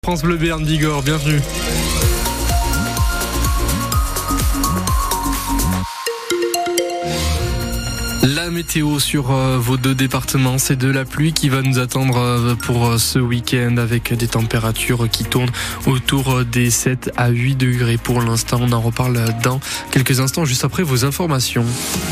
France Bleu Béarn Bigorre, bienvenue. La météo sur vos deux départements, c'est de la pluie qui va nous attendre pour ce week-end avec des températures qui tournent autour des 7 à 8 degrés pour l'instant. On en reparle dans quelques instants, juste après vos informations.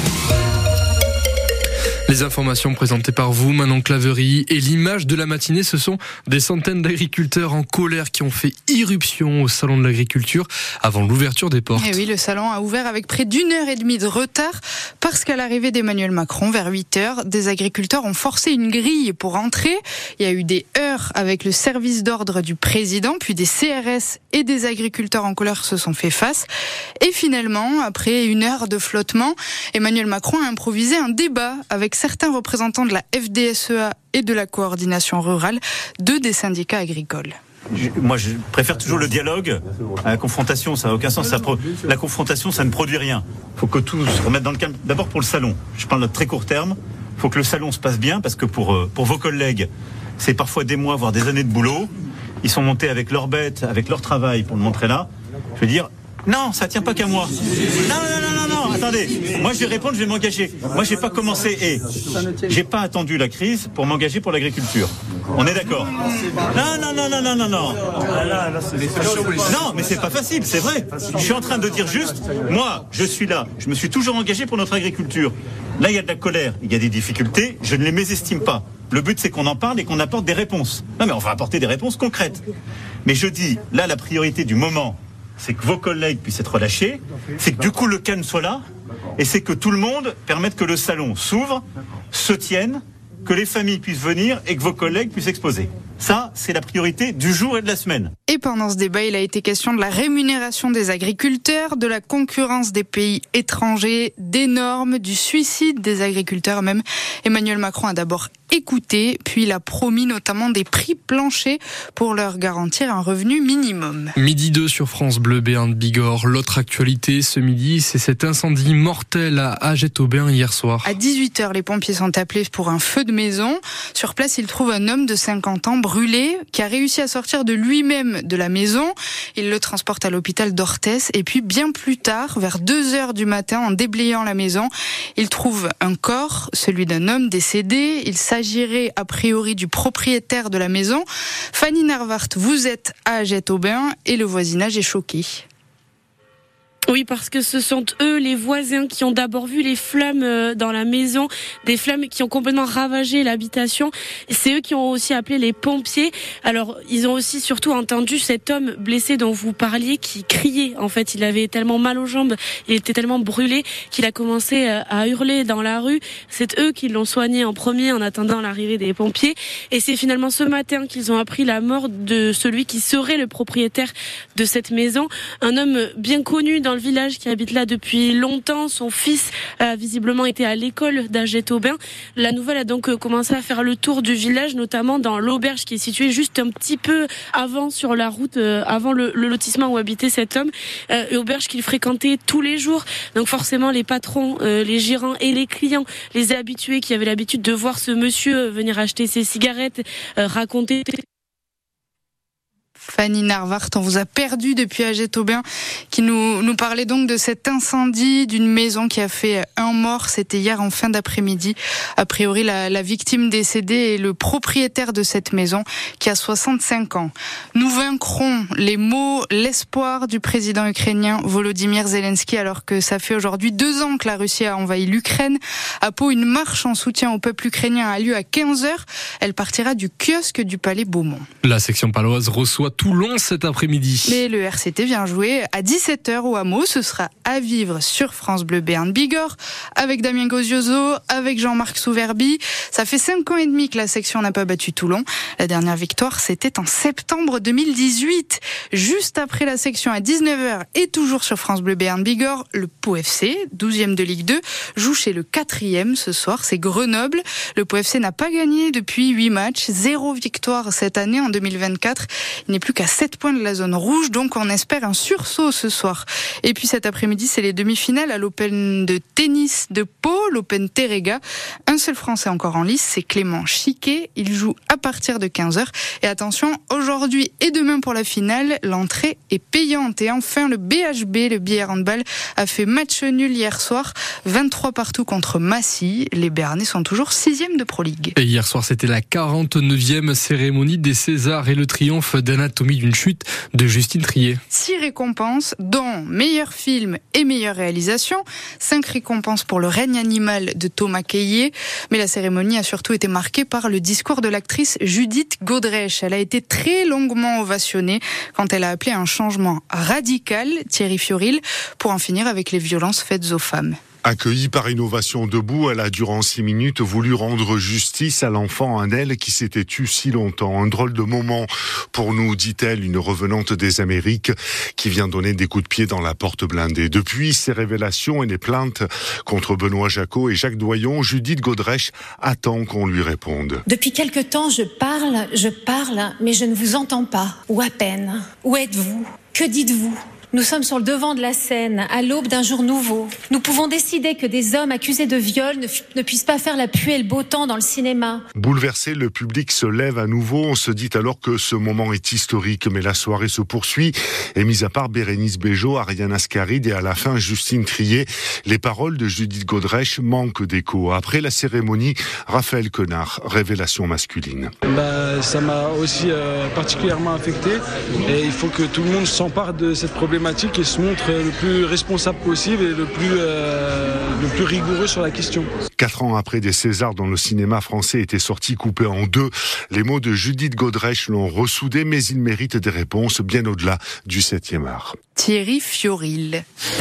Les informations présentées par vous, Manon Claverie, et l'image de la matinée, ce sont des centaines d'agriculteurs en colère qui ont fait irruption au salon de l'agriculture avant l'ouverture des portes. Et oui, le salon a ouvert avec près d'1h30 de retard parce qu'à l'arrivée d'Emmanuel Macron, vers 8h, des agriculteurs ont forcé une grille pour entrer. Il y a eu des heurts avec le service d'ordre du président, puis des CRS et des agriculteurs en colère se sont fait face. Et finalement, après une heure de flottement, Emmanuel Macron a improvisé un débat avec certains représentants de la FDSEA et de la coordination rurale, deux des syndicats agricoles. Moi, je préfère toujours le dialogue à la confrontation. Ça n'a aucun sens. La confrontation, ça ne produit rien. Il faut que tout se remette dans le calme. D'abord pour le salon. Je parle de très court terme. Il faut que le salon se passe bien parce que pour vos collègues, c'est parfois des mois, voire des années de boulot. Ils sont montés avec leurs bêtes, avec leur travail pour le montrer là. Je veux dire, non, ça tient pas qu'à moi. Non, attendez. Moi, je vais répondre, je vais m'engager. Moi, j'ai pas commencé j'ai pas attendu la crise pour m'engager pour l'agriculture. On est d'accord? Non. Non, mais c'est pas facile, c'est vrai. Je suis en train de dire juste, moi, je suis là. Je me suis toujours engagé pour notre agriculture. Là, il y a de la colère, il y a des difficultés. Je ne les mésestime pas. Le but, c'est qu'on en parle et qu'on apporte des réponses. Non, mais on va apporter des réponses concrètes. Mais je dis, là, la priorité du moment, c'est que vos collègues puissent être relâchés, c'est que du coup le calme soit là, et c'est que tout le monde permette que le salon s'ouvre, se tienne, que les familles puissent venir et que vos collègues puissent exposer. Ça, c'est la priorité du jour et de la semaine. Et pendant ce débat, il a été question de la rémunération des agriculteurs, de la concurrence des pays étrangers, des normes, du suicide des agriculteurs même. Emmanuel Macron a d'abord écouté, puis il a promis notamment des prix planchers pour leur garantir un revenu minimum. Midi 2 sur France Bleu Béarn Bigorre. L'autre actualité ce midi, c'est cet incendie mortel à Agette-Aubin hier soir. À 18h, les pompiers sont appelés pour un feu de maison. Sur place, ils trouvent un homme de 50 ans brûlé qui a réussi à sortir de lui-même de la maison. Il le transporte à l'hôpital d'Orthès et puis bien plus tard, vers 2h du matin, en déblayant la maison, il trouve un corps, celui d'un homme décédé. Il s'agirait a priori du propriétaire de la maison. Fanny Narvart, vous êtes à Agette-Aubin et le voisinage est choqué. Oui, parce que ce sont eux, les voisins, qui ont d'abord vu les flammes dans la maison, des flammes qui ont complètement ravagé l'habitation. C'est eux qui ont aussi appelé les pompiers. Alors, ils ont aussi surtout entendu cet homme blessé dont vous parliez qui criait. En fait, il avait tellement mal aux jambes, il était tellement brûlé qu'il a commencé à hurler dans la rue. C'est eux qui l'ont soigné en premier en attendant l'arrivée des pompiers. Et c'est finalement ce matin qu'ils ont appris la mort de celui qui serait le propriétaire de cette maison. Un homme bien connu dans le village qui habite là depuis longtemps. Son fils a visiblement été à l'école d'Agette-Aubin. La nouvelle a donc commencé à faire le tour du village, notamment dans l'auberge qui est située juste un petit peu avant sur la route, avant le lotissement où habitait cet homme. Auberge qu'il fréquentait tous les jours. Donc forcément les patrons, les gérants et les clients, les habitués qui avaient l'habitude de voir ce monsieur venir acheter ses cigarettes, raconter... Fanny Narvart, on vous a perdu depuis Agette-Aubin, qui nous parlait donc de cet incendie d'une maison qui a fait un mort. C'était hier en fin d'après-midi. A priori, la victime décédée est le propriétaire de cette maison qui a 65 ans. Nous vaincrons les mots, l'espoir du président ukrainien Volodymyr Zelensky, alors que ça fait aujourd'hui 2 ans que la Russie a envahi l'Ukraine. À Pau, une marche en soutien au peuple ukrainien a lieu à 15h. Elle partira du kiosque du Palais Beaumont. La section paloise reçoit Toulon cet après-midi. Mais le RCT vient jouer à 17h au hameau. Ce sera à vivre sur France Bleu Béarn Bigorre avec Damien Gozioso, avec Jean-Marc Souverbi. Ça fait 5 ans et demi que la section n'a pas battu Toulon. La dernière victoire, c'était en septembre 2018. Juste après la section à 19h et toujours sur France Bleu Béarn Bigorre, le Pau FC, 12e de Ligue 2, joue chez le 4e ce soir. C'est Grenoble. Le Pau FC n'a pas gagné depuis 8 matchs. 0 victoire cette année en 2024. Il n'est plus qu'à 7 points de la zone rouge, donc on espère un sursaut ce soir. Et puis cet après-midi, c'est les demi-finales à l'Open de tennis de Pau, l'Open Terrega. Un seul Français encore en lice, c'est Clément Chiquet. Il joue à partir de 15h. Et attention, aujourd'hui et demain pour la finale, l'entrée est payante. Et enfin, le BHB, le billard handball, a fait match nul hier soir, 23 partout contre Massy. Les Béarnais sont toujours 6e de Pro League. Et hier soir, c'était la 49e cérémonie des Césars et le triomphe d'Anatomie d'une chute de Justine Triet. 6 récompenses, dont meilleur film et meilleure réalisation. 5 récompenses pour Le règne animal de Thomas Caillier. Mais la cérémonie a surtout été marquée par le discours de l'actrice Judith Godrèche. Elle a été très longuement ovationnée quand elle a appelé à un changement radical, Thierry Fiorilde, pour en finir avec les violences faites aux femmes. Accueillie par Innovation Debout, elle a durant 6 minutes voulu rendre justice à l'enfant en elle qui s'était tu si longtemps. Un drôle de moment pour nous, dit-elle, une revenante des Amériques qui vient donner des coups de pied dans la porte blindée. Depuis ces révélations et les plaintes contre Benoît Jacot et Jacques Doyon, Judith Godrèche attend qu'on lui réponde. Depuis quelque temps, je parle, mais je ne vous entends pas, ou à peine. Où êtes-vous ? Que dites-vous ? Nous sommes sur le devant de la scène, à l'aube d'un jour nouveau. Nous pouvons décider que des hommes accusés de viol ne puissent pas faire la pluie et le beau temps dans le cinéma. Bouleversé, le public se lève à nouveau. On se dit alors que ce moment est historique, mais la soirée se poursuit. Et mis à part Bérénice Bejo, Ariane Ascaride et à la fin Justine Triet, les paroles de Judith Godrèche manquent d'écho. Après la cérémonie, Raphaël Quenard, révélation masculine. Ça m'a aussi particulièrement affecté. Et il faut que tout le monde s'empare de cette problématique et se montre le plus responsable possible et le plus rigoureux sur la question. 4 ans après des Césars dont le cinéma français était sorti coupé en deux, les mots de Judith Godrèche l'ont ressoudé, mais ils méritent des réponses bien au-delà du 7e art. Thierry Fiorilde.